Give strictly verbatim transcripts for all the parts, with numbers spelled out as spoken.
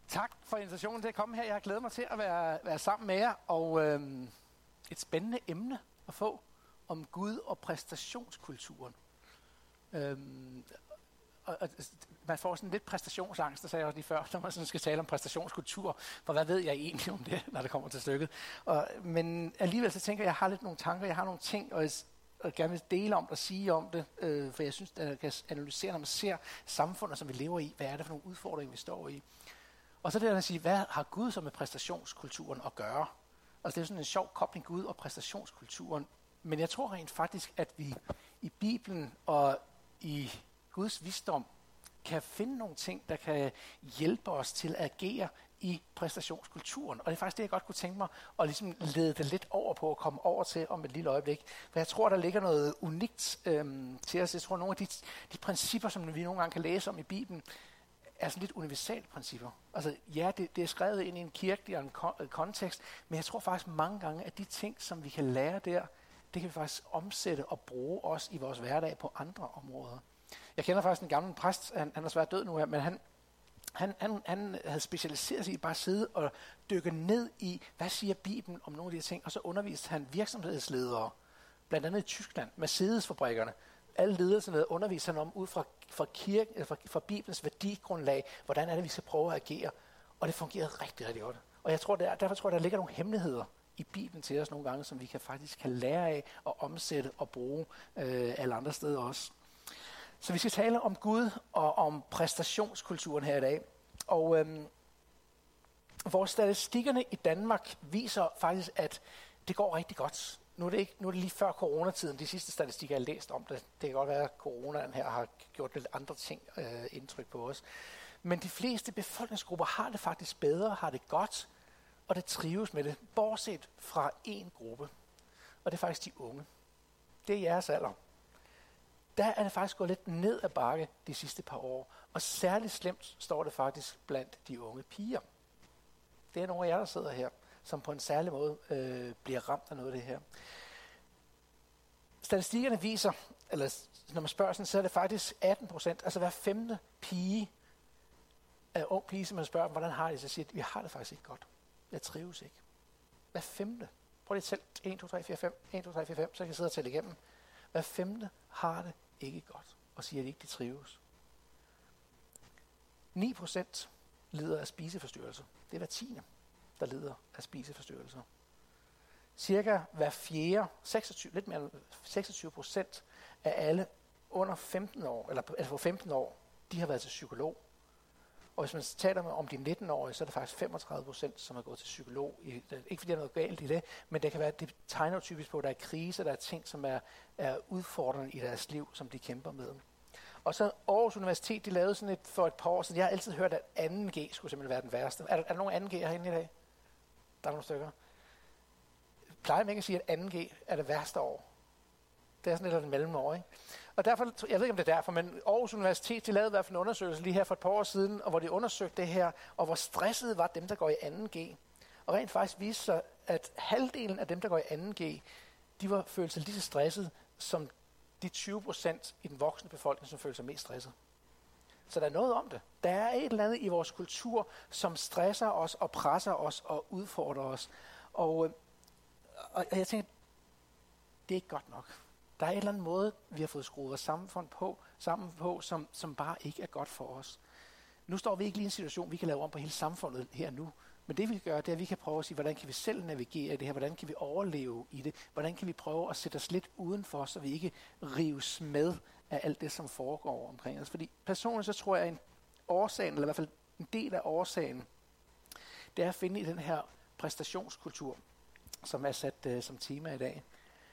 Tak for invitationen til at komme her. Jeg har glædet mig til at være, være sammen med jer. Og øhm, et spændende emne at få om Gud og præstationskulturen. Øhm, og, og, man får sådan lidt præstationsangst, det sagde jeg også lige før, når man sådan skal tale om præstationskultur. For hvad ved jeg egentlig om det, når det kommer til stykket? Og, men alligevel så tænker jeg, at jeg har lidt nogle tanker, jeg har nogle ting, og jeg og gerne vil dele om det og sige om det, øh, for jeg synes, at jeg kan analysere, når man ser samfundet, som vi lever i, hvad er det for nogle udfordringer, vi står i. Og så det der at sige, hvad har Gud så med præstationskulturen at gøre? Altså det er sådan en sjov kobling, Gud og præstationskulturen. Men jeg tror rent faktisk, at vi i Bibelen og i Guds visdom kan finde nogle ting, der kan hjælpe os til at agere i præstationskulturen. Og det er faktisk det, jeg godt kunne tænke mig at ligesom lede det lidt over på at komme over til om et lille øjeblik. For jeg tror, der ligger noget unikt øhm, til os. Jeg tror, nogle af de, de principper, som vi nogle gange kan læse om i Bibelen, er sådan lidt universale principper. Altså ja, det, det er skrevet ind i en kirkelig og en kon- kontekst, men jeg tror faktisk mange gange, at de ting, som vi kan lære der, det kan vi faktisk omsætte og bruge også i vores hverdag på andre områder. Jeg kender faktisk en gammel præst, han, han er svært død nu her, men han, han, han, han havde specialiseret sig i bare at sidde og dykke ned i, hvad siger Bibelen om nogle af de her ting, og så underviste han virksomhedsledere, blandt andet i Tyskland, Mercedes-fabrikkerne. Alle ledelserne underviser han om ud fra, fra, kirken, fra, fra Bibelens værdigrundlag, hvordan er det, vi skal prøve at agere. Og det fungerede rigtig, rigtig godt. Og jeg tror, der, derfor tror jeg, der ligger nogle hemmeligheder i Bibelen til os nogle gange, som vi kan faktisk kan lære af og omsætte og bruge øh, alle andre steder også. Så vi skal tale om Gud og om præstationskulturen her i dag. Og øhm, vores statistikkerne i Danmark viser faktisk, at det går rigtig godt. Nu er det, ikke, nu er det lige før coronatiden. De sidste statistikker, jeg har læst om det, det kan godt være, at coronaen her har gjort lidt andre ting øh, indtryk på os. Men de fleste befolkningsgrupper har det faktisk bedre, har det godt, og det trives med det, bortset fra én gruppe. Og det er faktisk de unge. Det er jeres alder. Der er det faktisk gået lidt ned ad bakke de sidste par år, og særligt slemt står det faktisk blandt de unge piger. Det er nogle af jer, der sidder her, som på en særlig måde øh, bliver ramt af noget af det her. Statistikkerne viser, eller når man spørger sådan, så er det faktisk atten procent, altså hver femte pige, af ung pige, som man spørger, hvordan har de, så siger de, vi har det faktisk ikke godt. Jeg trives ikke. Hver femte. Prøv lige at tælle en, to, tre, fire, fem, en, to, tre, fire, fem, så kan jeg sidde og tælle igennem. Hver femte har det ikke godt, og siger, at de ikke de trives. ni procent lider af spiseforstyrrelser. Det er hver tiende, der lider af spiseforstyrrelser. Cirka hver fjerde, seksogtyve, lidt mere end seksogtyve procent af alle under femten år, eller altså på femten år, de har været til psykolog. Og hvis man taler om de nitten-årige, så er det faktisk femogtredive procent, som har gået til psykolog. I, ikke fordi der er noget galt i det, men det kan være, det tegner typisk på, at der er kriser, der er ting, som er, er udfordrende i deres liv, som de kæmper med. Og så Aarhus Universitet, de lavede sådan et for et par år siden. Jeg har altid hørt, at anden G skulle simpelthen være den værste. Er der, er der nogen anden G herinde i dag? Der er nogle stykker. Plejer man ikke at sige, at anden G er det værste år? Det er sådan lidt af den mellemår, ikke? Og derfor, jeg ved ikke om det er derfor, men Aarhus Universitet, de lavede i hvert fald en undersøgelse lige her for et par år siden, og hvor de undersøgte det her, og hvor stressede var dem, der går i anden G. Og rent faktisk viste sig, at halvdelen af dem, der går i anden G, de var følt sig lige så stresset, som de tyve procent i den voksne befolkning, som følte sig mest stresset. Så der er noget om det. Der er et eller andet i vores kultur, som stresser os og presser os og udfordrer os. Og, og jeg tænker, det er ikke godt nok. Der er en eller anden måde, vi har fået skruet vores samfund på, sammen på, som, som bare ikke er godt for os. Nu står vi ikke lige i en situation, vi kan lave om på hele samfundet her nu. Men det vi kan gøre, det er, at vi kan prøve at sige, hvordan kan vi selv navigere i det her? Hvordan kan vi overleve i det? Hvordan kan vi prøve at sætte os lidt udenfor, så vi ikke rives med af alt det, som foregår omkring os? Fordi personligt så tror jeg, at en årsagen, eller i hvert fald en del af årsagen, det er at finde i den her præstationskultur, som er sat uh, som tema i dag.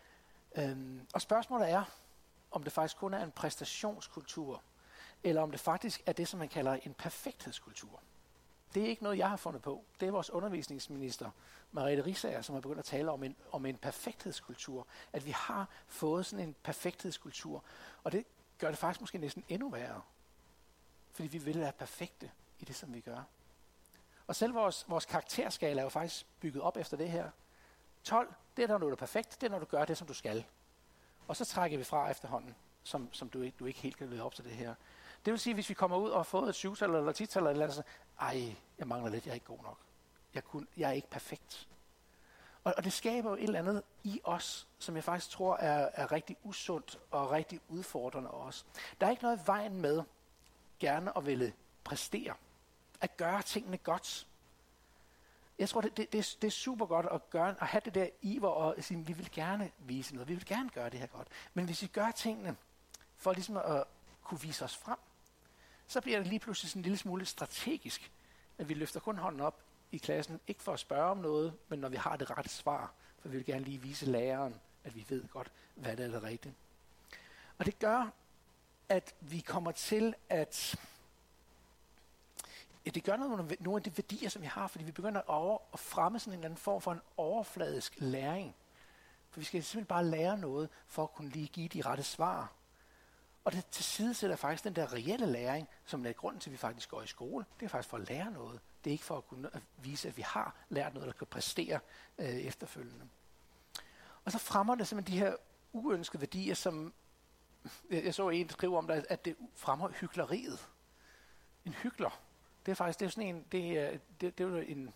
Øhm, og spørgsmålet er, om det faktisk kun er en præstationskultur, eller om det faktisk er det, som man kalder en perfekthedskultur. Det er ikke noget, jeg har fundet på. Det er vores undervisningsminister, Merete Riisager, som har begyndt at tale om en, om en perfekthedskultur. At vi har fået sådan en perfekthedskultur. Og det gør det faktisk måske næsten endnu værre. Fordi vi vil være perfekte i det, som vi gør. Og selv vores, vores karakterskala er jo faktisk bygget op efter det her. tolv, det er når du er perfekt, det er når du gør det, som du skal. Og så trækker vi fra efterhånden, som, som du, du ikke helt kan leve op til det her. Det vil sige, hvis vi kommer ud og har fået et syvtal eller et tital eller et eller andet, så, ej, jeg mangler lidt, jeg er ikke god nok. Jeg, kun, jeg er ikke perfekt. Og, og det skaber jo et eller andet i os, som jeg faktisk tror er, er rigtig usundt og rigtig udfordrende også. Der er ikke noget i vejen med gerne at ville præstere. At gøre tingene godt. Jeg tror, det, det, det, det er super godt at, gøre, at have det der iver og sige, vi vil gerne vise noget, vi vil gerne gøre det her godt. Men hvis vi gør tingene for ligesom at kunne vise os frem, så bliver det lige pludselig sådan en lille smule strategisk, at vi løfter kun hånden op i klassen, ikke for at spørge om noget, men når vi har det rette svar, for vi vil gerne lige vise læreren, at vi ved godt, hvad det er det rigtige. Og det gør, at vi kommer til at Ja, det gør noget med nogle af de værdier, som vi har, fordi vi begynder at, over, at fremme sådan en eller anden form for en overfladisk læring. For vi skal simpelthen bare lære noget, for at kunne lige give de rette svar. Og det tilsidesætter faktisk den der reelle læring, som er grunden til, at vi faktisk går i skole. Det er faktisk for at lære noget. Det er ikke for at kunne at vise, at vi har lært noget, der kan præstere øh, efterfølgende. Og så fremmer det simpelthen de her uønskede værdier, som jeg, jeg så en skrive om, at det fremmer hykleriet. En hykler. Det er faktisk det er sådan en det er, det, det er jo en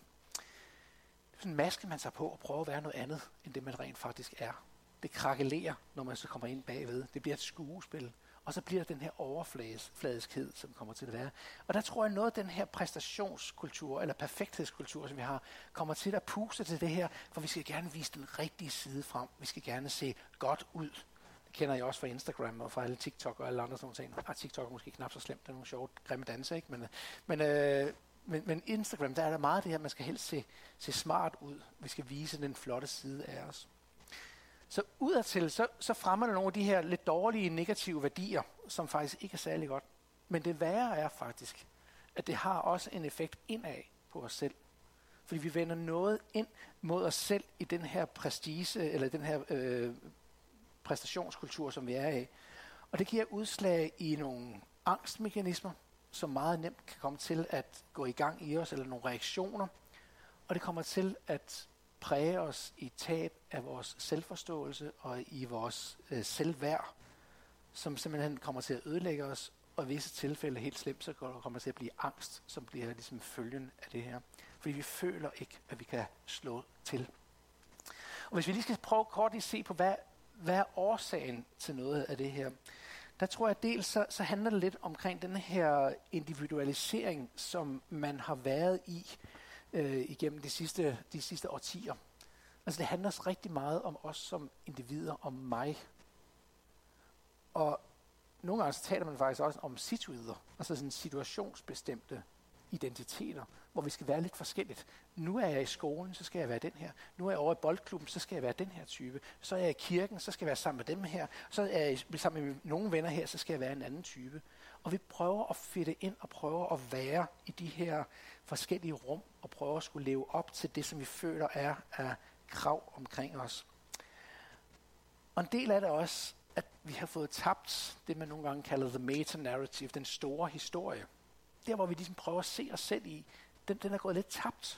sådan en maske man tager på og prøver at være noget andet end det man rent faktisk er. Det krakelerer, når man så kommer ind bagved. Det bliver et skuespil, og så bliver der den her overfladiskhed, som kommer til at være. Og der tror jeg noget af den her præstationskultur eller perfekthedskultur, som vi har, kommer til at puste til det her, for vi skal gerne vise den rigtige side frem. Vi skal gerne se godt ud. Kender jeg også fra Instagram og fra alle TikTok og alle andre sådan ting. Ah, TikTok er måske knap så slemt, det er nogle sjove, grimme danser, ikke? Men, men, øh, men, men Instagram, der er der meget det her, man skal helst se, se smart ud. Vi skal vise den flotte side af os. Så udadtil, så, så fremmer der nogle af de her lidt dårlige, negative værdier, som faktisk ikke er særlig godt. Men det værre er faktisk, at det har også en effekt indad på os selv. Fordi vi vender noget ind mod os selv i den her prestige, eller den her øh, præstationskultur, som vi er i. Og det giver udslag i nogle angstmekanismer, som meget nemt kan komme til at gå i gang i os, eller nogle reaktioner. Og det kommer til at præge os i tab af vores selvforståelse og i vores øh, selvværd, som simpelthen kommer til at ødelægge os, og i visse tilfælde helt slemt, så kommer det til at blive angst, som bliver ligesom følgen af det her. Fordi vi føler ikke, at vi kan slå til. Og hvis vi lige skal prøve kort at se på, hvad Hvad er årsagen til noget af det her? Der tror jeg dels, så, så handler det lidt omkring den her individualisering, som man har været i øh, igennem de sidste, de sidste årtier. Altså det handler rigtig meget om os som individer, om mig. Og nogle gange så taler man faktisk også om situider, altså sådan situationsbestemte identiteter, hvor vi skal være lidt forskelligt. Nu er jeg i skolen, så skal jeg være den her. Nu er jeg over i boldklubben, så skal jeg være den her type. Så er jeg i kirken, så skal jeg være sammen med dem her. Så er jeg sammen med nogle venner her, så skal jeg være en anden type. Og vi prøver at fedte ind og prøver at være i de her forskellige rum og prøver at skulle leve op til det, som vi føler er af krav omkring os. Og en del af det også, at vi har fået tabt det, man nogle gange kalder the meta-narrative, den store historie. Der, hvor vi ligesom prøver at se os selv i, den, den er gået lidt tabt.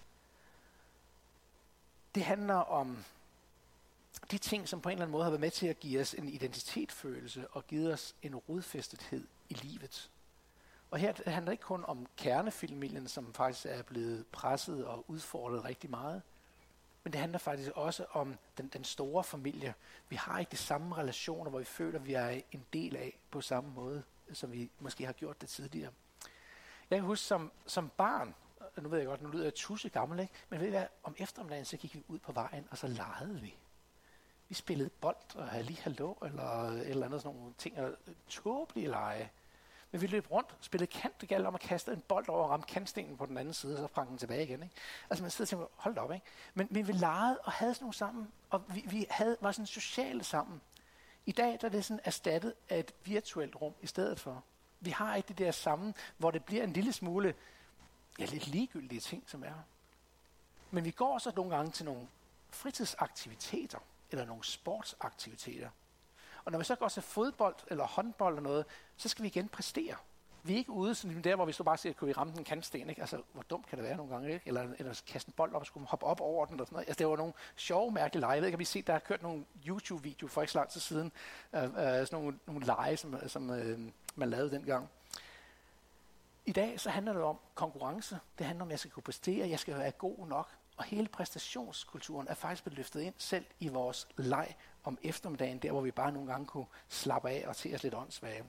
Det handler om de ting, som på en eller anden måde har været med til at give os en identitetsfølelse og givet os en rodfæstethed i livet. Og her det handler ikke kun om kernefamilien, som faktisk er blevet presset og udfordret rigtig meget, men det handler faktisk også om den, den store familie. Vi har ikke de samme relationer, hvor vi føler, at vi er en del af på samme måde, som vi måske har gjort det tidligere. Jeg kan huske som, som barn, nu ved jeg godt, nu lyder jeg tusse gammel, ikke? Men ved I hvad, om eftermiddagen så gik vi ud på vejen, og så legede vi. Vi spillede bold, og havde lige hallo, eller et eller andet sådan nogle ting, og tåbelige lege. Men vi løb rundt, spillede kant, det galt om at kaste en bold over og ramme kantstenen på den anden side, og så sprang den tilbage igen, ikke? Altså man sidder og tænker, hold da op, ikke? Men, men vi legede og havde sådan nogle sammen, og vi, vi havde, var sådan sociale sammen. I dag der er det sådan erstattet af et virtuelt rum i stedet for. Vi har ikke det der sammen, hvor det bliver en lille smule, ja, lidt ligegyldige ting, som er. Men vi går så nogle gange til nogle fritidsaktiviteter, eller nogle sportsaktiviteter. Og når vi så går til fodbold eller håndbold eller noget, så skal vi igen præstere. Vi er ikke ude sådan der, hvor vi så bare siger, at vi ramme den kantsten, ikke? Altså, hvor dumt kan det være nogle gange, ikke? Eller, eller kaste en bold op og skulle hoppe op over den, eller sådan noget. Altså, det var nogle sjove, mærkelige lege. Jeg ved ikke, om I set, der har kørt nogle YouTube-videoer for ikke så lang tid siden, øh, øh, sådan nogle, nogle lege, som, som øh, man lavede dengang. I dag så handler det om konkurrence. Det handler om, at jeg skal kunne præstere, jeg skal være god nok. Og hele præstationskulturen er faktisk blevet løftet ind selv i vores leg om eftermiddagen, der hvor vi bare nogle gange kunne slappe af og til os lidt åndssvage.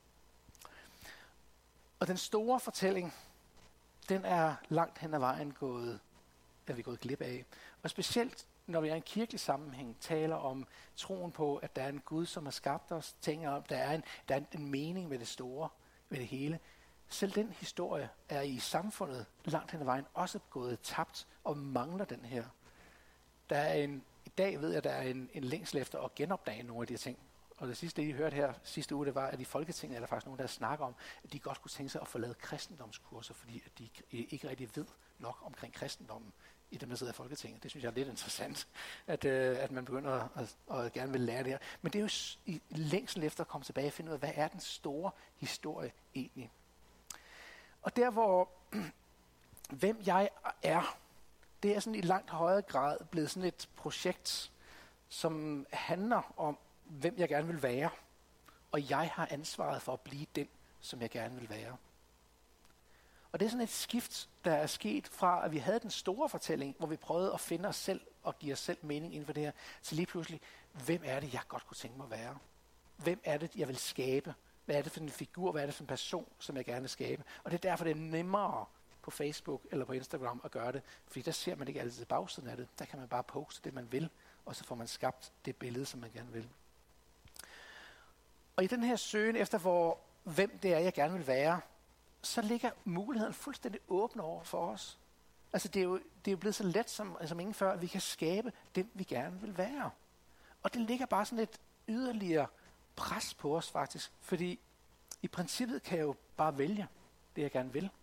Og den store fortælling, den er langt hen ad vejen gået, er vi gået glip af. Og specielt når vi er i en kirkelig sammenhæng, taler om troen på, at der er en Gud, som har skabt os, tænker om, at der er en, der er en mening med det store, med det hele. Selv den historie er i samfundet langt hen ad vejen også gået tabt og mangler den her. Der er en, i dag ved jeg, at der er en, en længsel efter at genopdage nogle af de her ting. Og det sidste, I hørte her sidste uge, det var, at i Folketinget er der faktisk nogen, der snakker om, at de godt kunne tænke sig at få lavet kristendomskurser, fordi at de ikke rigtig ved nok omkring kristendommen i dem, der sidder i Folketinget. Det synes jeg er lidt interessant, at, øh, at man begynder at, at, at gerne vil lære det her. Men det er jo i længsel efter at komme tilbage og finde ud af, hvad er den store historie egentlig? Og der, hvor hvem jeg er, det er sådan i langt højere grad blevet sådan et projekt, som handler om, hvem jeg gerne vil være. Og jeg har ansvaret for at blive den, som jeg gerne vil være. Og det er sådan et skift, der er sket fra, at vi havde den store fortælling, hvor vi prøvede at finde os selv og give os selv mening inden for det her, til lige pludselig, hvem er det, jeg godt kunne tænke mig at være? Hvem er det, jeg vil skabe? Hvad er det for en figur, hvad er det for en person, som jeg gerne vil skabe? Og det er derfor, det er nemmere på Facebook eller på Instagram at gøre det, fordi der ser man ikke altid bagsiden af det. Der kan man bare poste det, man vil, og så får man skabt det billede, som man gerne vil. Og i den her søgen efter, hvor, hvem det er, jeg gerne vil være, så ligger muligheden fuldstændig åben over for os. Altså det er jo, det er jo blevet så let som, som ingen før, at vi kan skabe den, vi gerne vil være. Og det ligger bare sådan lidt yderligere pres på os faktisk, fordi i princippet kan jeg jo bare vælge det, jeg gerne vil.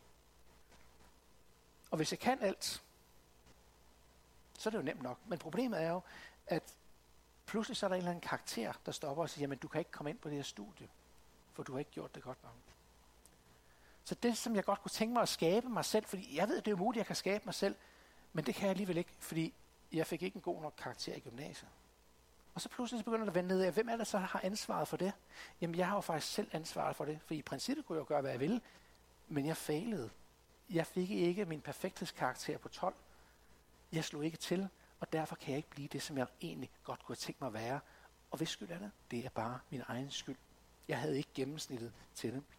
Og hvis jeg kan alt, så er det jo nemt nok. Men problemet er jo, at pludselig så er der en eller anden karakter, der stopper og siger, jamen du kan ikke komme ind på det her studie, for du har ikke gjort det godt nok. Så det, som jeg godt kunne tænke mig at skabe mig selv, fordi jeg ved, det er jo muligt, at jeg kan skabe mig selv, men det kan jeg alligevel ikke, fordi jeg fik ikke en god nok karakter i gymnasiet. Og så pludselig så begynder det at vende ned af, hvem er det så, der har ansvaret for det? Jamen, jeg har jo faktisk selv ansvaret for det, for i princippet kunne jeg jo gøre, hvad jeg ville, men jeg failede. Jeg fik ikke min perfekthedskarakter på tolv. Jeg slog ikke til, og derfor kan jeg ikke blive det, som jeg egentlig godt kunne have tænkt mig at være. Og hvis skyld er det? Det er bare min egen skyld. Jeg havde ikke gennemsnittet til det.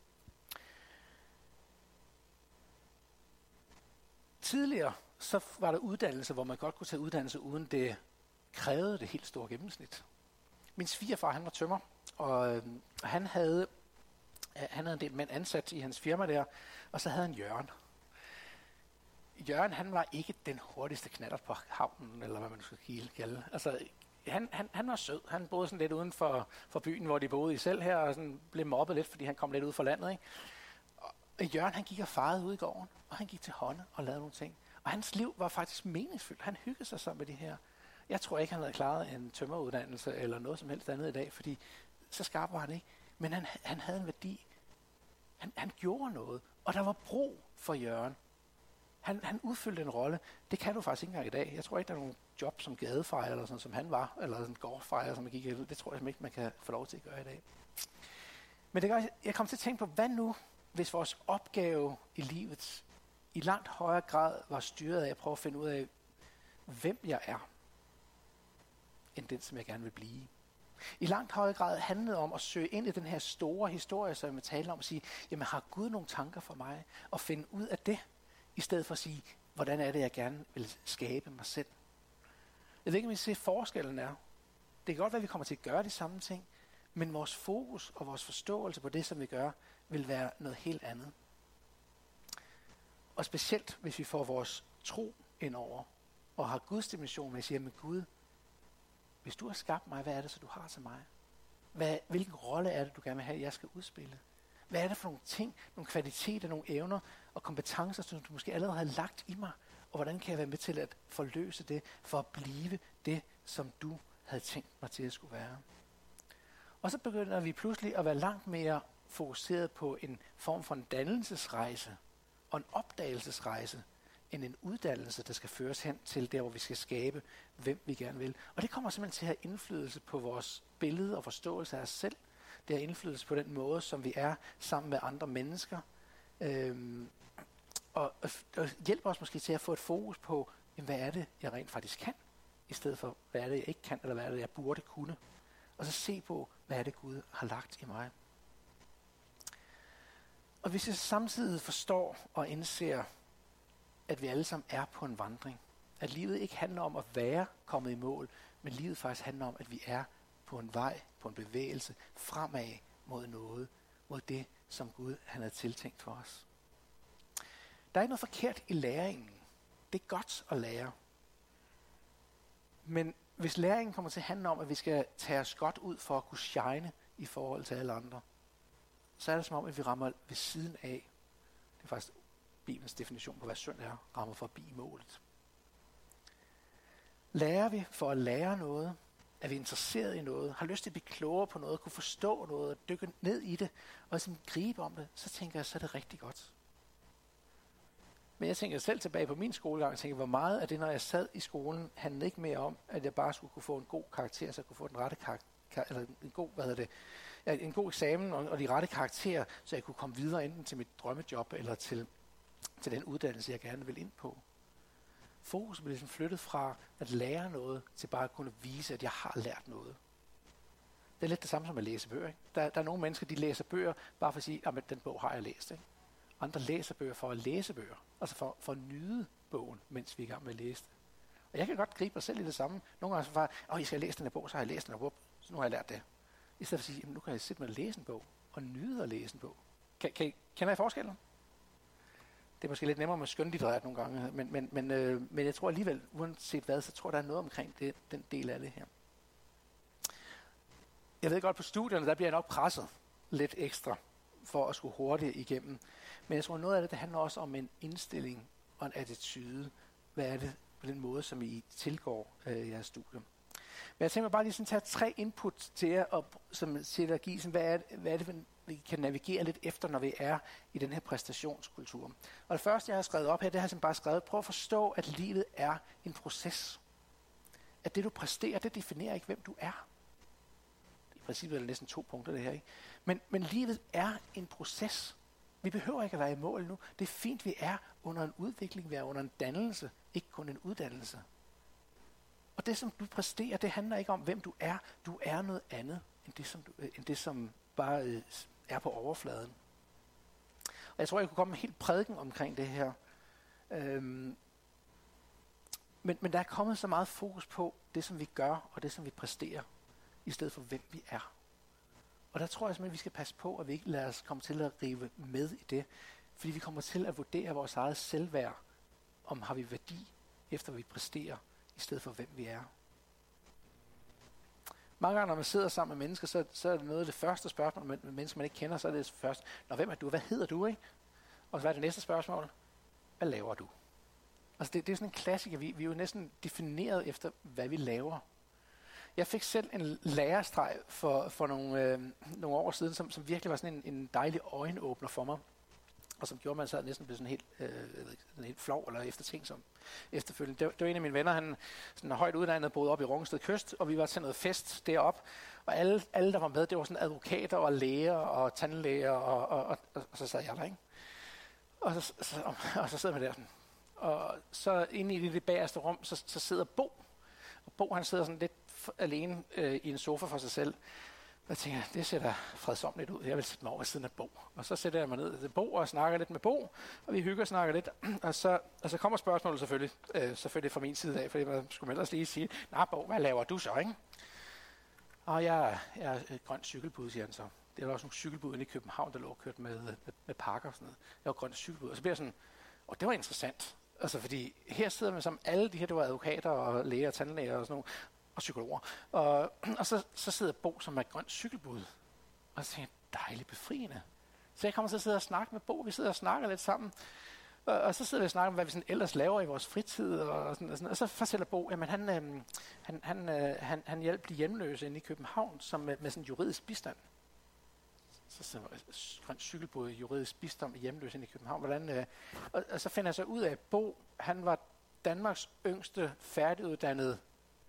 Tidligere så var der uddannelse, hvor man godt kunne tage uddannelse, uden det krævede det helt store gennemsnit. Min svigerfar, han var tømrer, og øh, han havde han havde en del mænd ansat i hans firma der, og så havde han Jørgen. Jørgen, han var ikke den hurtigste knallert på havnen, eller hvad man skal kalde. Altså, han, han, han var sød. Han boede sådan lidt uden for, for byen, hvor de boede i selv her, og sådan blev mobbet lidt, fordi han kom lidt ud fra landet, ikke? Og Jørgen, han gik og farede ude i gården, og han gik til hånden og lavede nogle ting. Og hans liv var faktisk meningsfyldt. Han hyggede sig sammen med det her. Jeg tror ikke, han havde klaret en tømmeruddannelse eller noget som helst andet i dag, fordi så skarp var han ikke. Men han, han havde en værdi. Han, han gjorde noget, og der var brug for Jørgen. Han, han udfyldte en rolle. Det kan du faktisk ikke engang i dag. Jeg tror ikke, der er nogen job som gadefejer, eller sådan, som han var, eller sådan en gårdfejer, som man gik i. Det tror jeg ikke, man kan få lov til at gøre i dag. Men det gør, jeg kom til at tænke på, hvad nu, hvis vores opgave i livet i langt højere grad var styret af at prøve at finde ud af, hvem jeg er, end den, som jeg gerne vil blive. I langt højere grad handlede om at søge ind i den her store historie, som jeg taler om, at sige, jamen har Gud nogle tanker for mig, og finde ud af det, i stedet for at sige, hvordan er det, jeg gerne vil skabe mig selv. Jeg ved ikke, om I ser forskellen er. Det kan godt være, at vi kommer til at gøre de samme ting, men vores fokus og vores forståelse på det, som vi gør, vil være noget helt andet. Og specielt, hvis vi får vores tro ind over, og har Guds dimension, med at sige, men Gud, hvis du har skabt mig, hvad er det så, du har til mig? Hvad, hvilken rolle er det, du gerne vil have, at jeg skal udspille? Hvad er det for nogle ting, nogle kvaliteter, nogle evner og kompetencer, som du måske allerede har lagt i mig? Og hvordan kan jeg være med til at forløse det, for at blive det, som du havde tænkt mig til at skulle være? Og så begynder vi pludselig at være langt mere fokuseret på en form for en dannelsesrejse og en opdagelsesrejse, end en uddannelse, der skal føres hen til der, hvor vi skal skabe, hvem vi gerne vil. Og det kommer simpelthen til at have indflydelse på vores billede og forståelse af os selv. Det har indflydelse på den måde, som vi er sammen med andre mennesker. Øhm, og, og, og hjælper os måske til at få et fokus på, jamen, hvad er det, jeg rent faktisk kan, i stedet for, hvad er det, jeg ikke kan, eller hvad er det, jeg burde kunne. Og så se på, hvad er det, Gud har lagt i mig. Og hvis jeg samtidig forstår og indser, at vi alle sammen er på en vandring, at livet ikke handler om at være kommet i mål, men livet faktisk handler om, at vi er på en vej, på en bevægelse, fremad mod noget, mod det, som Gud han havde tiltænkt for os. Der er ikke noget forkert i læringen. Det er godt at lære. Men hvis læringen kommer til at handle om, at vi skal tage os godt ud for at kunne shine i forhold til alle andre, så er det som om, at vi rammer ved siden af. Det er faktisk Bibelens definition på, hvad synd er, rammer forbi målet. Lærer vi for at lære noget, er vi interesseret i noget, har lyst til at blive klogere på noget, kunne forstå noget, og dykke ned i det, og ligesom gribe om det, så tænker jeg, så er det rigtig godt. Men jeg tænker selv tilbage på min skolegang, og tænker, hvor meget af det, når jeg sad i skolen, handlede ikke mere om, at jeg bare skulle kunne få en god karakter, så jeg kunne få den rette karakter, eller en god, hvad hedder det, ja, en god eksamen og, og de rette karakterer, så jeg kunne komme videre enten til mit drømmejob, eller til, til den uddannelse, jeg gerne vil ind på. Fokus blev ligesom flyttet fra at lære noget, til bare at kunne vise, at jeg har lært noget. Det er lidt det samme som at læse bøger. Ikke? Der, der er nogle mennesker, de læser bøger, bare for at sige, at den bog har jeg læst. Ikke? Andre læser bøger for at læse bøger. Altså for, for at nyde bogen, mens vi er i gang med at læse det. Og jeg kan godt gribe mig selv i det samme. Nogle gange så bare, åh, jeg skal læse den her bog, så har jeg læst den her bog, så nu har jeg lært det. I stedet for at sige, jamen, nu kan jeg sidde med at læse en bog, og nyde at læse en bog. Kan, kan I, kender I forskellen? Det er måske lidt nemmere med skønlitterært nogle gange, men, men, men, øh, men jeg tror alligevel, uanset hvad, så tror jeg, der er noget omkring det, den del af det her. Jeg ved godt, på studierne, der bliver jeg nok presset lidt ekstra, for at skulle hurtigt igennem. Men jeg tror, noget af det, det handler også om en indstilling og en attitude. Hvad er det på den måde, som I tilgår øh, jeres studium? Men jeg tænker mig bare lige sådan tage tre input til jer, og, som til at give, sådan, hvad, er det, hvad er det, vi kan navigere lidt efter, når vi er i den her præstationskultur. Og det første, jeg har skrevet op her, det har jeg bare skrevet, prøv at forstå, at livet er en proces. At det, du præsterer, det definerer ikke, hvem du er. I princippet er det næsten to punkter, det her, ikke? Men, men livet er en proces. Vi behøver ikke at være i mål nu. Det er fint, vi er under en udvikling, vi er under en dannelse, ikke kun en uddannelse. Og det, som du præsterer, det handler ikke om, hvem du er. Du er noget andet, end det, som, du, end det, som bare øh, er på overfladen. Og jeg tror, jeg kunne komme med helt prædiken omkring det her. Øhm, men, men der er kommet så meget fokus på det, som vi gør, og det, som vi præsterer, i stedet for, hvem vi er. Og der tror jeg simpelthen, at vi skal passe på, at vi ikke lader os komme til at rive med i det. Fordi vi kommer til at vurdere vores eget selvværd, om har vi værdi, efter vi præsterer, i stedet for, hvem vi er. Mange gange, når man sidder sammen med mennesker, så, så er det noget af det første spørgsmål, med, med mennesker, man ikke kender, så er det først, nå, hvem er du? Hvad hedder du, ikke? Og så er det næste spørgsmål, hvad laver du? Altså, det, det er sådan en klassiker. Vi, vi er jo næsten defineret efter, hvad vi laver. Jeg fik selv en lærerstreg for, for nogle, øh, nogle år siden, som, som virkelig var sådan en, en dejlig øjenåbner for mig. Og som gjorde mig så næsten blev sådan helt, øh, sådan helt flov eller eftertænksom efterfølgende. Det, det var en af mine venner, han sådan højt uddannet, boede op i Rungsted Kyst, og vi var til noget fest deroppe. Og alle, alle, der var med, det var sådan advokater og læger og tandlæger, og, og, og, og, og så sad jeg der, ikke? Og så, så, og, og så sidder man der sådan. Og så inde i det bagerste rum, så, så sidder Bo. Og Bo, han sidder sådan lidt alene øh, i en sofa for sig selv. Og jeg tænker, det ser da fredsomligt ud. Jeg vil sætte mig over ved siden af Bo. Og så sætter jeg mig ned til Bo og snakker lidt med Bo. Og vi hygger og snakker lidt. Og så, og så kommer spørgsmålet selvfølgelig. Øh, selvfølgelig fra min side af. Fordi man skulle ellers lige sige, nej Bo, hvad laver du så, ikke? Og jeg, jeg er et grønt cykelbud, siger han så. Det var også nogle cykelbud inde i København, der lå og kørt med, med, med pakker og sådan noget. Jeg var grønt cykelbud. Og så bliver jeg sådan, og det var interessant. Altså fordi her sidder man som alle de her, det var advokater og læger og tandlæger og sådan noget. Og psykologer. Og, og så, så sidder Bo som er et grønt cykelbud. Og så tænker jeg, dejligt befriende. Så jeg kommer til at sidde og snakke med Bo. Vi sidder og snakker lidt sammen. Og, og så sidder vi og snakker om, hvad vi sådan ellers laver i vores fritid. Og, og, sådan, og, sådan. Og så fortæller Bo, at han, øhm, han, han, øh, han, han hjælper de hjemløse inde i København som med, med sådan juridisk bistand. Så sidder jeg grønt cykelbud, juridisk bistand med hjemløse inde i København. Hvordan, øh, og, og så finder jeg så ud af, at Bo, han var Danmarks yngste færdiguddannede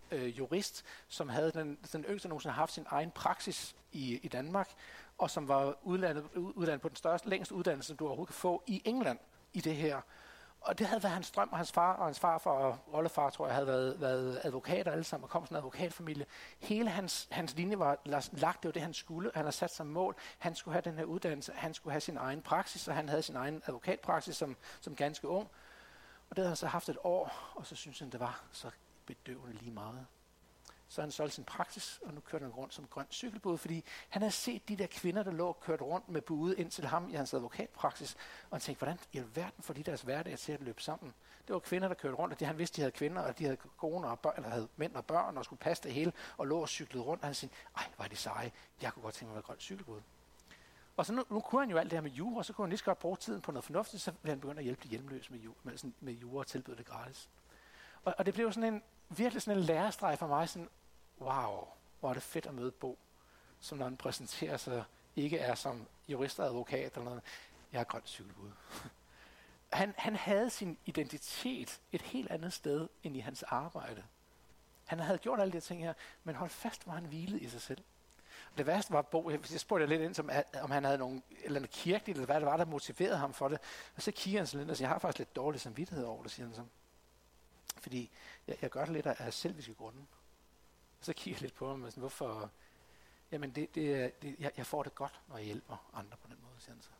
øh, jurist, som havde den, den yngste nogensinde haft sin egen praksis i, i Danmark, og som var uddannet, uddannet på den største, længste uddannelse, som du overhovedet kan få i England i det her. Og det havde været hans drøm, og hans far og hans farfar og oldefar, tror jeg, havde været, været advokater alle sammen, og kom fra en advokatfamilie. Hele hans, hans linje var lagt, det var det, han skulle. Han har sat sig mål. Han skulle have den her uddannelse, han skulle have sin egen praksis, og han havde sin egen advokatpraksis som, som ganske ung. Og det havde han så haft et år, og så syntes han, det var så bedøvende lige meget. Så han solgte sin praksis, og nu kørte han rundt som grøn cykelbud, fordi han havde set de der kvinder, der lå og kørte rundt med bude ind til ham i hans advokatpraksis, og han tænkte, hvordan i alverden får de deres hverdag til at løbe sammen? Det var kvinder, der kørte rundt, og de, han vidste, de havde kvinder, og de havde koner og børn, eller havde mænd og børn, og skulle passe det hele, og lå og cyklede rundt, og han sagde, ej, hvor er de seje, jeg kunne godt tænke mig at være grøn cykelbud. Og så nu, nu kunne han jo alt det her med jura, og så kunne han lige så godt bruge tiden på noget fornuftigt, så ville han begynde at hjælpe de hjemløse med, med, sådan, med jura og tilbyde det gratis. Og, og det blev sådan en, virkelig sådan en lærestreg for mig, sådan, wow, hvor er det fedt at møde Bo, som når han præsenterer sig, ikke er som jurist og advokat eller noget. Jeg er grøn cykelbud. han, han havde sin identitet et helt andet sted end i hans arbejde. Han havde gjort alle de ting her, men hold fast, hvor han hvilede i sig selv. Det værste var Bo, jeg spurgte lidt ind, som, om han havde nogen, eller noget kirkeligt, eller hvad det var, der motiverede ham for det. Og så kigger han sådan lidt og siger, jeg har faktisk lidt dårlig samvittighed over det, siger han så. Fordi jeg, jeg gør det lidt af selviske grunde. Og så kigger jeg lidt på ham og sådan, hvorfor? Jamen, det, det, det, jeg, jeg får det godt, når jeg hjælper andre på den måde, siger han så.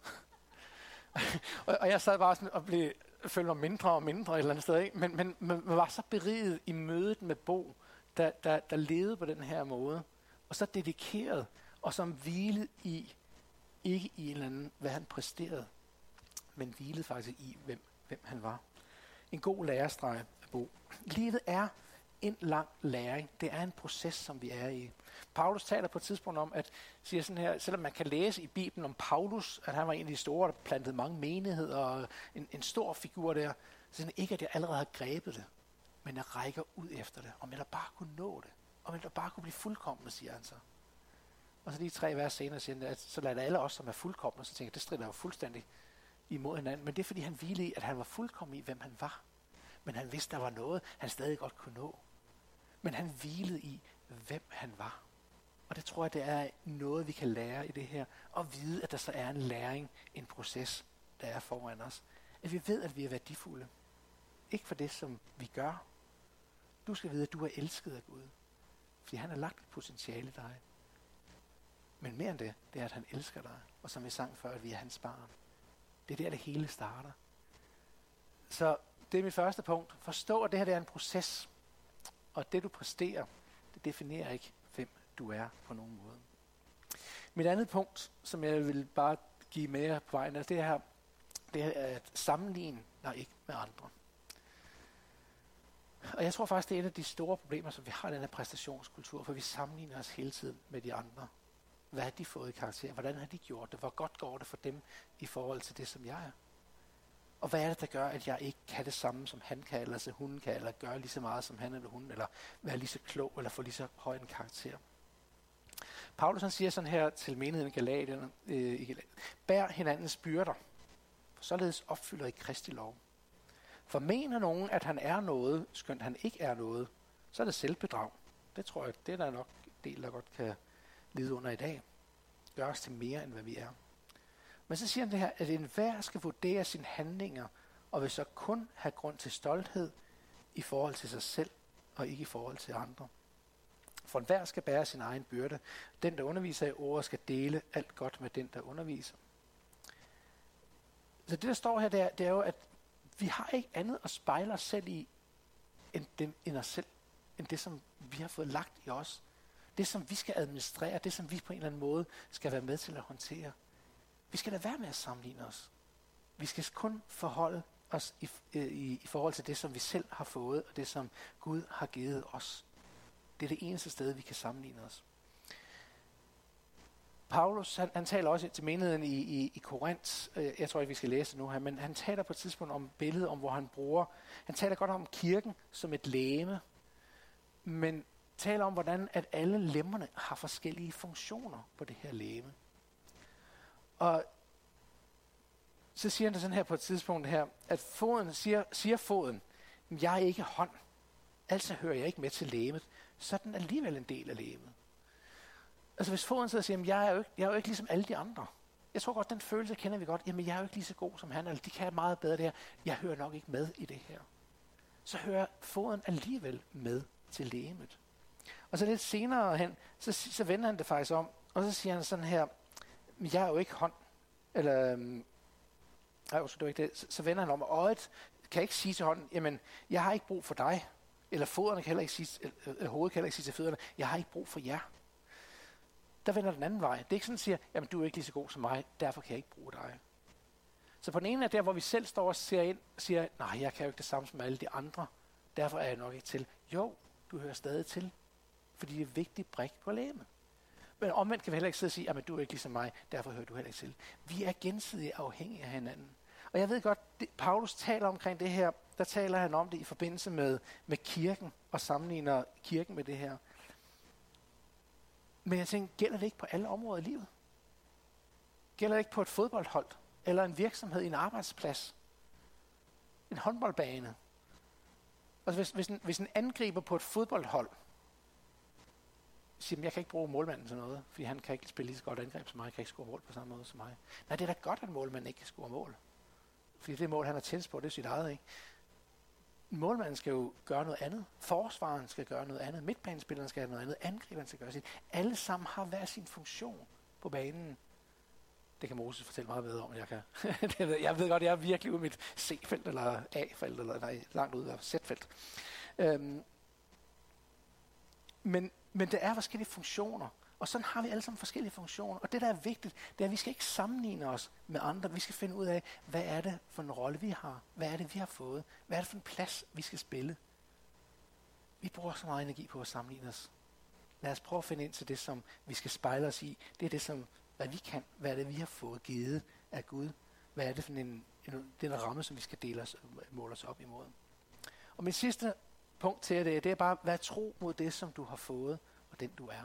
og, og jeg sad bare sådan og blev, følte mig mindre og mindre et eller andet sted, ikke? Men, men man var så beriget i mødet med Bo, der, der, der levede på den her måde, og så dedikeret, og som hvilede i, ikke i en eller anden, hvad han præsterede, men hvilede faktisk i, hvem, hvem han var. En god lærestreg af Bo. Livet er en lang læring. Det er en proces, som vi er i. Paulus taler på et tidspunkt om, at siger sådan her, selvom man kan læse i Bibelen om Paulus, at han var en af de store, der plantede mange menigheder, og en, en stor figur der, så sådan ikke, at jeg allerede har grebet det, men jeg rækker ud efter det, om jeg da bare kunne nå det, om jeg da bare kunne blive fuldkommen, siger han så. Og så lige tre vers senere siger han, at så lader alle os, som er fuldkomne, så tænker jeg, det strider jo fuldstændig imod hinanden, men det er fordi han hvilede i, at han var fuldkommen i, hvem han var. Men han vidste, der var noget, han stadig godt kunne nå. Men han hvilede i, hvem han var. Og det tror jeg, det er noget, vi kan lære i det her. Og vide, at der så er en læring, en proces, der er foran os. At vi ved, at vi er værdifulde. Ikke for det, som vi gør. Du skal vide, at du er elsket af Gud. Fordi han har lagt et potentiale i dig. Men mere end det, det er, at han elsker dig. Og som vi sang før, at vi er hans barn. Det er der, det hele starter. Så det er mit første punkt. Forstå, at det her det er en proces. Og det, du præsterer, det definerer ikke, hvem du er på nogen måde. Mit andet punkt, som jeg vil bare give med på vejen, er det her, det er at sammenligne dig ikke med andre. Og jeg tror faktisk, det er et af de store problemer, som vi har i den her præstationskultur, for vi sammenligner os hele tiden med de andre. Hvad har de fået i karakter? Hvordan har de gjort det? Hvor godt går det for dem i forhold til det, som jeg er? Og hvad er det, der gør, at jeg ikke kan det samme, som han kan, eller så hun kan, eller gøre lige så meget, som han eller hun, eller være lige så klog, eller få lige så høj en karakter? Paulus han siger sådan her til menigheden i Galatien, øh, bær hinandens byrder, for således opfylder I Kristi lov. For mener nogen, at han er noget, skønt han ikke er noget, så er det selvbedrag. Det tror jeg, det er der nok en del, der godt kan lide under i dag. Gør os til mere, end hvad vi er. Men så siger han det her, at enhver skal vurdere sine handlinger, og vil så kun have grund til stolthed i forhold til sig selv, og ikke i forhold til andre. For enhver skal bære sin egen byrde. Den, der underviser i ordet, skal dele alt godt med den, der underviser. Så det, der står her, det er, det er jo, at vi har ikke andet at spejle os selv i, end, dem, end os selv, end det, som vi har fået lagt i os. Det, som vi skal administrere, det, som vi på en eller anden måde skal være med til at håndtere. Vi skal lade være med at sammenligne os. Vi skal kun forholde os i, i, i forhold til det, som vi selv har fået, og det, som Gud har givet os. Det er det eneste sted, vi kan sammenligne os. Paulus, han, han taler også til menigheden i, i, i Korinth. Jeg tror ikke, vi skal læse det nu her, men han taler på et tidspunkt om billedet, om hvor han bruger. Han taler godt om kirken som et legeme, men taler om, hvordan at alle lemmerne har forskellige funktioner på det her legeme. Og så siger han det sådan her på et tidspunkt her, at foden siger, siger foden, jeg er ikke hånd, altså hører jeg ikke med til legemet, så er den alligevel en del af livet. Altså hvis foden sidder og siger, jamen, jeg er, jo ikke, jeg er jo ikke ligesom alle de andre. Jeg tror godt, den følelse kender vi godt. Jamen jeg er jo ikke lige så god som han, eller de kan meget bedre det her. Jeg hører nok ikke med i det her. Så hører foden alligevel med til legemet. Og så lidt senere hen, så, så vender han det faktisk om, og så siger han sådan her, jeg er jo ikke hånd, eller, nej, så, ikke det. Så, så vender han om, og øjet kan ikke sige til hånden, jamen, jeg har ikke brug for dig, eller fødderne kan heller ikke sige, eller hovedet kan heller ikke sige til fødderne, jeg har ikke brug for jer. Der vender den anden vej. Det er ikke sådan, at siger, jamen, du er ikke lige så god som mig, derfor kan jeg ikke bruge dig. Så på den ene er der, hvor vi selv står og ser ind, og siger, nej, jeg kan jo ikke det samme som alle de andre, derfor er jeg nok ikke til. Jo, du hører stadig til, fordi det er en vigtig brik på lægemet. Men omvendt kan vi heller ikke sidde og sige, at du er ikke ligesom mig, derfor hører du heller ikke til. Vi er gensidigt afhængige af hinanden. Og jeg ved godt, det, Paulus taler omkring det her, der taler han om det i forbindelse med, med kirken, og sammenligner kirken med det her. Men jeg tænker, gælder det ikke på alle områder i livet? Gælder det ikke på et fodboldhold, eller en virksomhed, en arbejdsplads, en håndboldbane? Altså hvis, hvis, en, hvis en angriber på et fodboldhold siger, jeg kan ikke bruge målmanden til noget, fordi han kan ikke spille lige så godt angreb som mig, han kan ikke score mål på samme måde som mig. Nej, det er da godt, at målmanden ikke kan score mål. Fordi det mål, han har tæt på, det er sit eget, ikke? Målmanden skal jo gøre noget andet. Forsvaren skal gøre noget andet. Midtbanespilleren skal gøre noget andet. Angriberen skal gøre sit. Alle sammen har hver sin funktion på banen. Det kan Moses fortælle meget bedre om, end jeg kan. Jeg ved godt, jeg er virkelig ude i mit C-felt, eller A-felt, eller nej, langt ude af Z-felt. Øhm, men, men det er forskellige funktioner. Og sådan har vi alle sammen forskellige funktioner. Og det, der er vigtigt, det er, at vi skal ikke sammenligne os med andre. Vi skal finde ud af, hvad er det for en rolle, vi har? Hvad er det, vi har fået? Hvad er det for en plads, vi skal spille? Vi bruger så meget energi på at sammenligne os. Lad os prøve at finde ind til det, som vi skal spejle os i. Det er det, som, hvad vi kan. Hvad er det, vi har fået givet af Gud? Hvad er det for en, en, den ramme, som vi skal dele os, måle os op imod? Og min sidste punkt til det, det er bare, vær tro mod det, som du har fået, og den du er.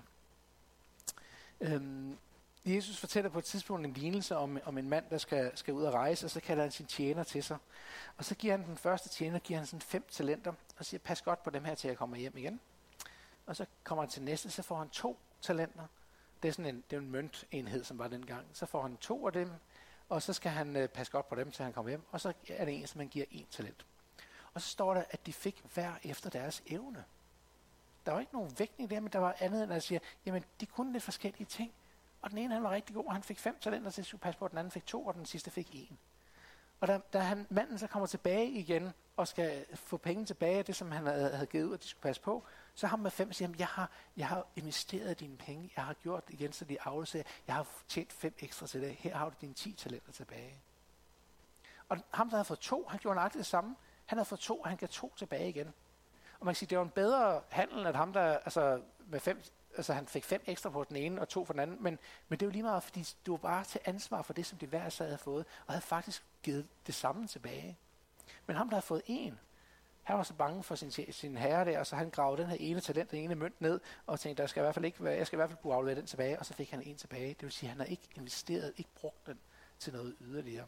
Øhm, Jesus fortæller på et tidspunkt en lignelse om, om en mand, der skal, skal ud og rejse, og så kalder han sin tjener til sig. Og så giver han den første tjener, giver han sådan fem talenter, og siger, pas godt på dem her, til jeg kommer hjem igen. Og så kommer han til næste, så får han to talenter. Det er sådan en, det er en møntenhed, som var dengang. Så får han to af dem, og så skal han øh, passe godt på dem, til han kommer hjem. Og så er det en, som man giver en talent. Og så står der, at de fik hver efter deres evne. Der var ikke nogen vægtning der, men der var andet, end at sige, jamen, de kunne lidt forskellige ting. Og den ene, han var rigtig god, og han fik fem talenter til at skulle passe på, og den anden fik to, og den sidste fik en. Og da, da han, manden så kommer tilbage igen, og skal få penge tilbage af det, som han havde, havde givet ud, at de skulle passe på, så ham med fem siger, jamen, jeg har, jeg har investeret dine penge, jeg har gjort igen, så de afleverer, jeg har tjent fem ekstra til det, her har du dine ti talenter tilbage. Og ham, der havde fået to, han gjorde nøjagtigt det samme, han havde fået to, og han gav to tilbage igen. Og man kan sige, det var en bedre handel, at ham der, altså med fem, altså han fik fem ekstra på den ene og to for den anden, men, men det var lige meget, fordi du var bare til ansvar for det, som de hver sad havde fået, og havde faktisk givet det samme tilbage. Men ham, der havde fået en, han var så bange for sin, sin herre der, og så han gravede den her ene talent, den ene mønt ned, og tænkte, der skal i hvert fald ikke være, jeg skal i hvert fald kunne aflevere den tilbage, og så fik han en tilbage. Det vil sige, at han har ikke investeret, ikke brugt den til noget yderligere.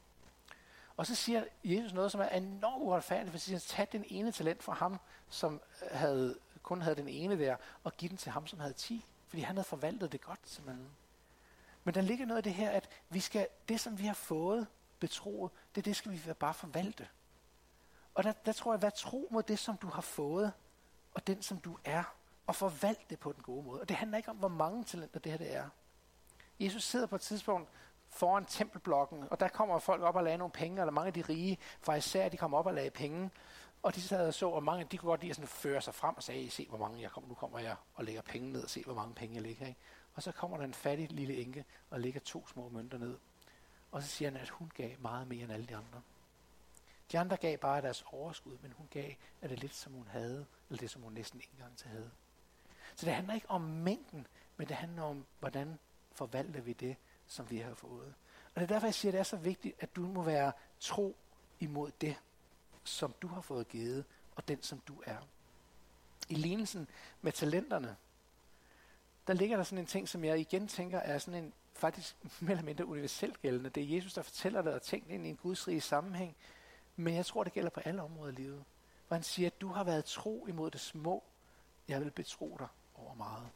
Og så siger Jesus noget, som er enormt uretfærdigt, for at sige, tag den ene talent fra ham, som havde, kun havde den ene der, og give den til ham, som havde ti, fordi han havde forvaltet det godt, simpelthen. Men der ligger noget af det her, at vi skal, det som vi har fået betroet, det, det skal vi bare forvalte. Og der, der tror jeg, vær tro mod det, som du har fået, og den, som du er, og forvalt det på den gode måde. Og det handler ikke om, hvor mange talenter det her det er. Jesus sidder på et tidspunkt foran tempelblokken, og der kommer folk op og lagde nogle penge, eller mange af de rige, fra især de kommer op og lagde penge, og de sad og så, og mange de kunne godt lide at sådan føre sig frem og sagde, se hvor mange jeg kommer, nu kommer jeg og lægger penge ned, og se hvor mange penge jeg lægger, ikke? Og så kommer der en fattig lille enke, og lægger to små mønter ned, og så siger han, at hun gav meget mere end alle de andre. De andre gav bare deres overskud, men hun gav af det lidt, som hun havde, eller det, som hun næsten ikke engang til havde. Så det handler ikke om mængden, men det handler om, hvordan forvalter vi det, som vi har fået. Og det er derfor, jeg siger, at det er så vigtigt, at du må være tro imod det, som du har fået givet, og den, som du er. I lignelsen med talenterne, der ligger der sådan en ting, som jeg igen tænker er sådan en faktisk mere eller mindre universelt gældende. Det er Jesus, der fortæller det og tænker ind i en gudsrig sammenhæng, men jeg tror, det gælder på alle områder i livet. Hvor han siger, at du har været tro imod det små, jeg vil betro dig over meget.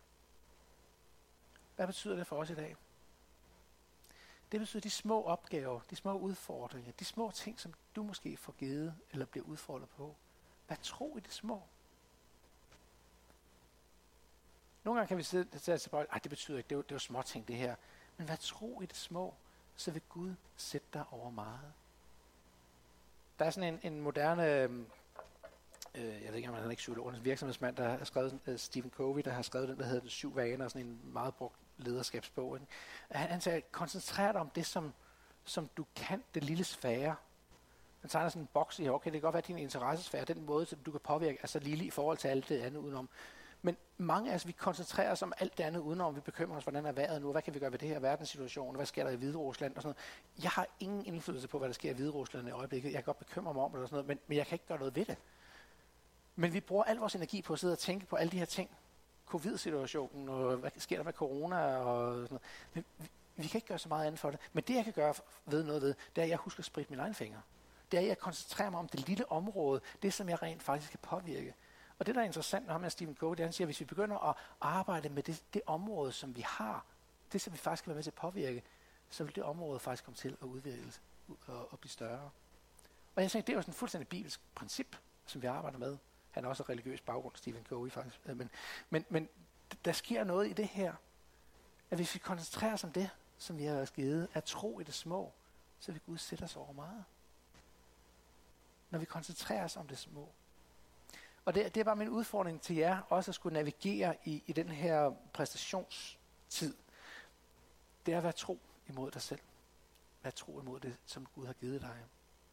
Hvad betyder det for os i dag? Det betyder de små opgaver, de små udfordringer, de små ting, som du måske får givet eller bliver udfordret på. Vær tro i det små. Nogle gange kan vi sidde og sige tilbage, at det betyder ikke, det er, jo, det er jo små ting det her. Men vær tro i det små, så vil Gud sætte dig over meget. Der er sådan en, en moderne, øh, jeg ved ikke om han er ikke psykolog, en virksomhedsmand, der har skrevet, uh, Stephen Covey, der har skrevet den, der hedder De Syv Vaner, sådan en meget brugt lederskabsbog. Ikke? Han, han siger, koncentrer dig om det, som, som du kan, det lille sfære. Han tegner sådan en boks i, okay, det kan godt være, at din interessesfære, den måde, som du kan påvirke, er så lille i forhold til alt det andet udenom. Men mange af os, vi koncentrerer os om alt det andet udenom. Vi bekymrer os, hvordan er vejret nu, hvad kan vi gøre ved det her verdenssituation, hvad sker der i Hviderusland og sådan noget. Jeg har ingen indflydelse på, hvad der sker i Hviderusland i øjeblikket. Jeg kan godt bekymre mig om det og sådan noget, men, men jeg kan ikke gøre noget ved det. Men vi bruger al vores energi på at sidde og tænke på alle de her ting. Covid-situationen, og hvad sker der med corona og sådan noget. Men vi, vi kan ikke gøre så meget andet for det. Men det, jeg kan gøre ved noget ved, det er, at jeg husker at spritte mine egne fingre. Det er, at jeg koncentrerer mig om det lille område, det som jeg rent faktisk kan påvirke. Og det, der er interessant med ham med Stephen Covey, det er, han siger, at hvis vi begynder at arbejde med det, det område, som vi har, det som vi faktisk kan være med til at påvirke, så vil det område faktisk komme til at udvikle og, og blive større. Og jeg tænker, det er jo sådan et fuldstændig bibelsk princip, som vi arbejder med. Han er også religiøs baggrund, Stephen Covey faktisk. Men, men, men der sker noget i det her, at hvis vi koncentrerer os om det, som vi har givet, at tro i det små, så vil Gud sætte os over meget. Når vi koncentrerer os om det små. Og det, det er bare min udfordring til jer, også at skulle navigere i, i den her præstationstid. Det er at være tro imod dig selv. Vær tro imod det, som Gud har givet dig.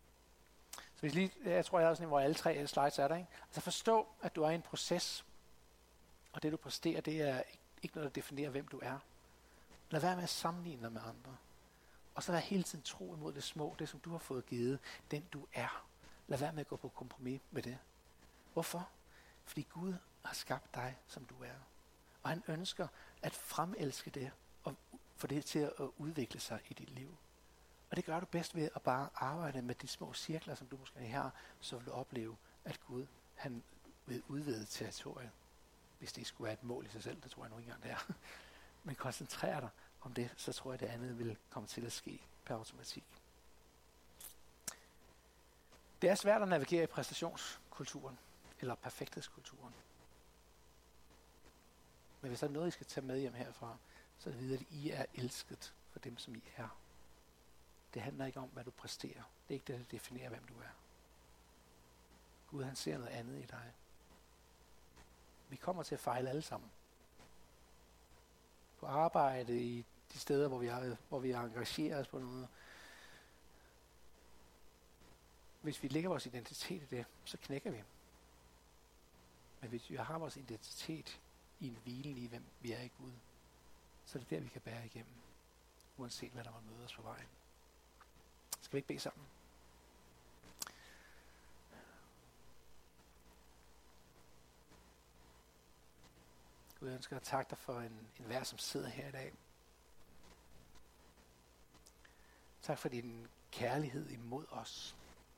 Så hvis lige, jeg tror, jeg har sådan en, hvor alle tre slides er der. Ikke? Altså forstå, at du er i en proces, og det du præsterer, det er ikke noget, der definerer, hvem du er. Lad være med at sammenligne dig med andre. Og så vær hele tiden tro imod det små, det som du har fået givet, den du er. Lad være med at gå på kompromis med det. Hvorfor? Fordi Gud har skabt dig, som du er. Og han ønsker at fremelske det, og få det til at udvikle sig i dit liv. Og det gør du bedst ved at bare arbejde med de små cirkler, som du måske har, så vil du opleve, at Gud han vil udvide territoriet. Hvis det skulle være et mål i sig selv, det tror jeg nu ikke engang det er. Men koncentrer dig om det, så tror jeg, at det andet vil komme til at ske per automatik. Det er svært at navigere i præstationskulturen, eller perfekthedskulturen. Men hvis der er noget, I skal tage med hjem herfra, så er det videre, at I er elsket for dem, som I er. Det handler ikke om, hvad du præsterer. Det er ikke det, der definerer, hvem du er. Gud, han ser noget andet i dig. Vi kommer til at fejle alle sammen. På arbejde, i de steder, hvor vi, er, hvor vi engagerer os på noget. Hvis vi lægger vores identitet i det, så knækker vi. Men hvis vi har vores identitet i en hvile i, hvem vi er i Gud, så er det der, vi kan bære igennem, uanset hvad der må møde os på vejen. Skal vi ikke bede sammen? Gud, jeg ønsker at takke dig for en, en hver, som sidder her i dag. Tak for din kærlighed imod os.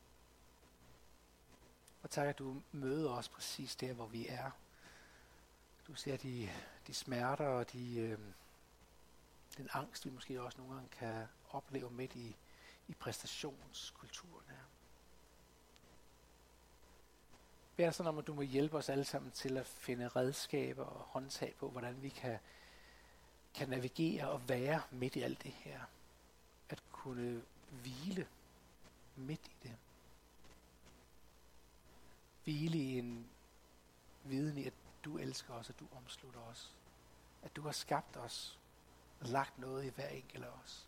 Og tak, at du møder os præcis der, hvor vi er. Du ser de, de smerter og de, øh, den angst, vi måske også nogle gange kan opleve midt i, i præstationskulturen her. Jeg beder sådan om, at du må hjælpe os alle sammen til at finde redskaber og håndtag på, hvordan vi kan, kan navigere og være midt i alt det her. At kunne hvile midt i det. Hvile i en viden i, at du elsker os, at du omslutter os. At du har skabt os og lagt noget i hver enkelt af os.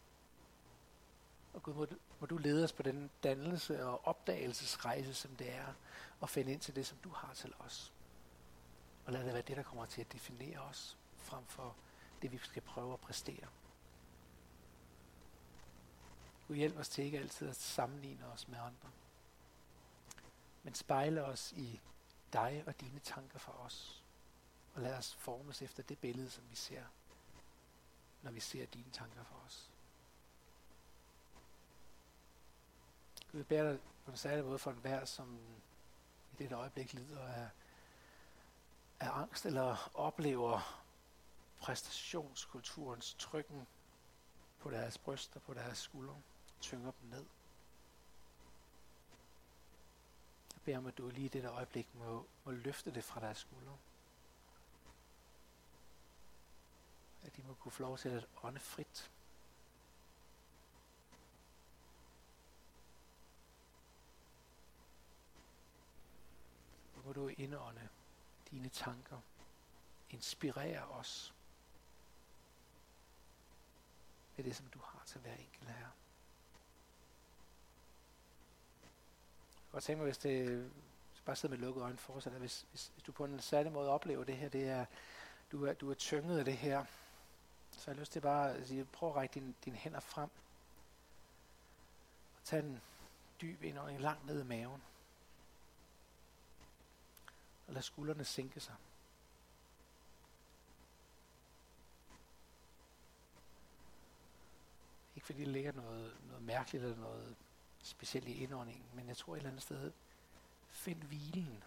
Og Gud, må du, må du lede os på den dannelse og opdagelsesrejse, som det er, og finde ind til det, som du har til os. Og lad det være det, der kommer til at definere os, frem for det, vi skal prøve at præstere. Gud, hjælp os til ikke altid at sammenligne os med andre, men spejle os i dig og dine tanker for os. Og lad os formes efter det billede, som vi ser, når vi ser dine tanker for os. Gud, jeg beder dig på en særlig måde for enhver, som i dette øjeblik lider af af angst, eller oplever præstationskulturens trykken på deres bryster, på deres skuldre, tynger dem ned. Jeg beder om, at du lige i dette øjeblik må, må løfte det fra deres skuldre. At de må kunne få lov til at ånde frit. Så må du indånde dine tanker. Inspirere os med det, som du har til hver enkelt her. Jeg kan godt tænke mig, hvis det bare sidder med lukkede øjne fortsat, at hvis, hvis, hvis du på en særlig måde oplever det her, det er, du er, du er tynget af det her, så jeg har lyst til bare at sige, prøv at række dine, dine hænder frem, og tage en dyb indånding langt ned i maven, og lad skuldrene sænke sig. Ikke fordi det ligger noget, noget mærkeligt eller noget specielt i indåndingen, men jeg tror et eller andet sted, find hvilen.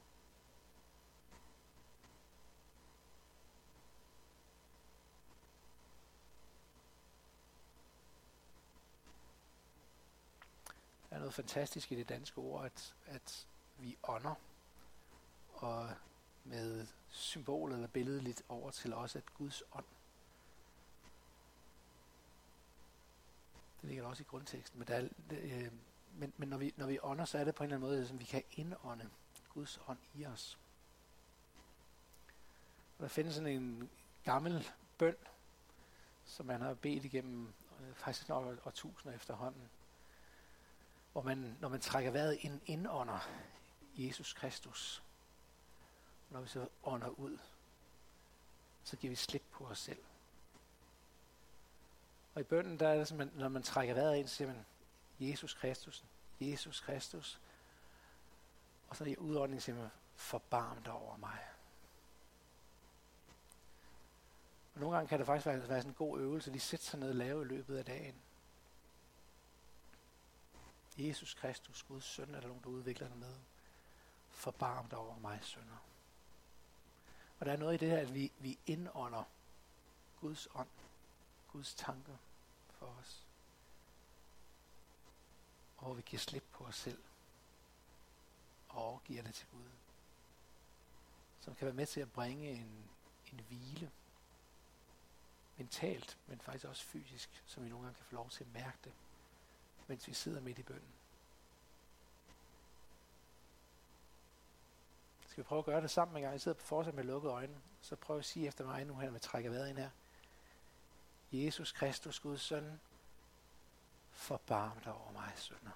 Der er noget fantastisk i det danske ord, at, at vi ånder, og med symbolet eller billedet lidt over til også, at Guds ånd. Det ligger også i grundteksten, men, der er, øh, men, men når, vi, når vi ånder, så er det på en eller anden måde, som vi kan indånde Guds ånd i os. Og der findes sådan en gammel bøn, som man har bedt igennem øh, faktisk nok årtusinder efterhånden, hvor man, når man trækker vejret ind, indånder Jesus Kristus, og når vi så ånder ud, så giver vi slip på os selv. Og i bønnen, der er det sådan, når man trækker vejret ind, så siger man, Jesus Kristus, Jesus Kristus. Og så i udåndingen siger man, forbarm dig over mig. Og nogle gange kan det faktisk være, være sådan en god øvelse, lige sætte sig ned og lave i løbet af dagen. Jesus Kristus, Guds søn, er der nogen, der udvikler det med. Forbarm dig over mig, sønner. Og der er noget i det her, at vi, vi indånder Guds ånd, Guds tanker for os. Og hvor vi giver slip på os selv og overgiver det til Gud. Som kan være med til at bringe en, en hvile. Mentalt, men faktisk også fysisk, som vi nogle gange kan få lov til at mærke det, mens vi sidder midt i bønnen. Skal vi prøve at gøre det sammen en gang? Jeg sidder fortsat med lukkede øjne. Så prøv at sige efter mig nu her, når vi trækker vejret ind her. Jesus Kristus, Guds søn, forbarm dig over mig, sønner.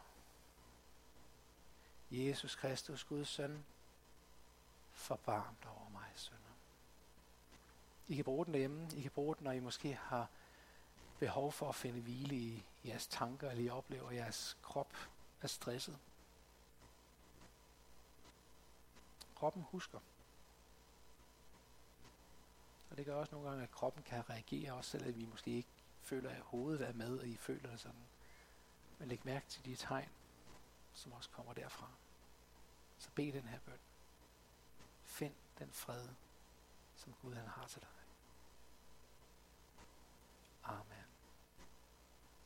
Jesus Kristus, Guds søn, forbarm dig over mig, sønner. I kan bruge den derhjemme. I kan bruge den, når I måske har behov for at finde hvile i jeres tanker, eller I oplever, at jeres krop er stresset. Kroppen husker. Og det gør også nogle gange, at kroppen kan reagere, også selvom vi måske ikke føler, at hovedet er med, og I føler det sådan. Men læg mærke til de tegn, som også kommer derfra. Så bed den her bøn. Find den fred, som Gud han har til dig.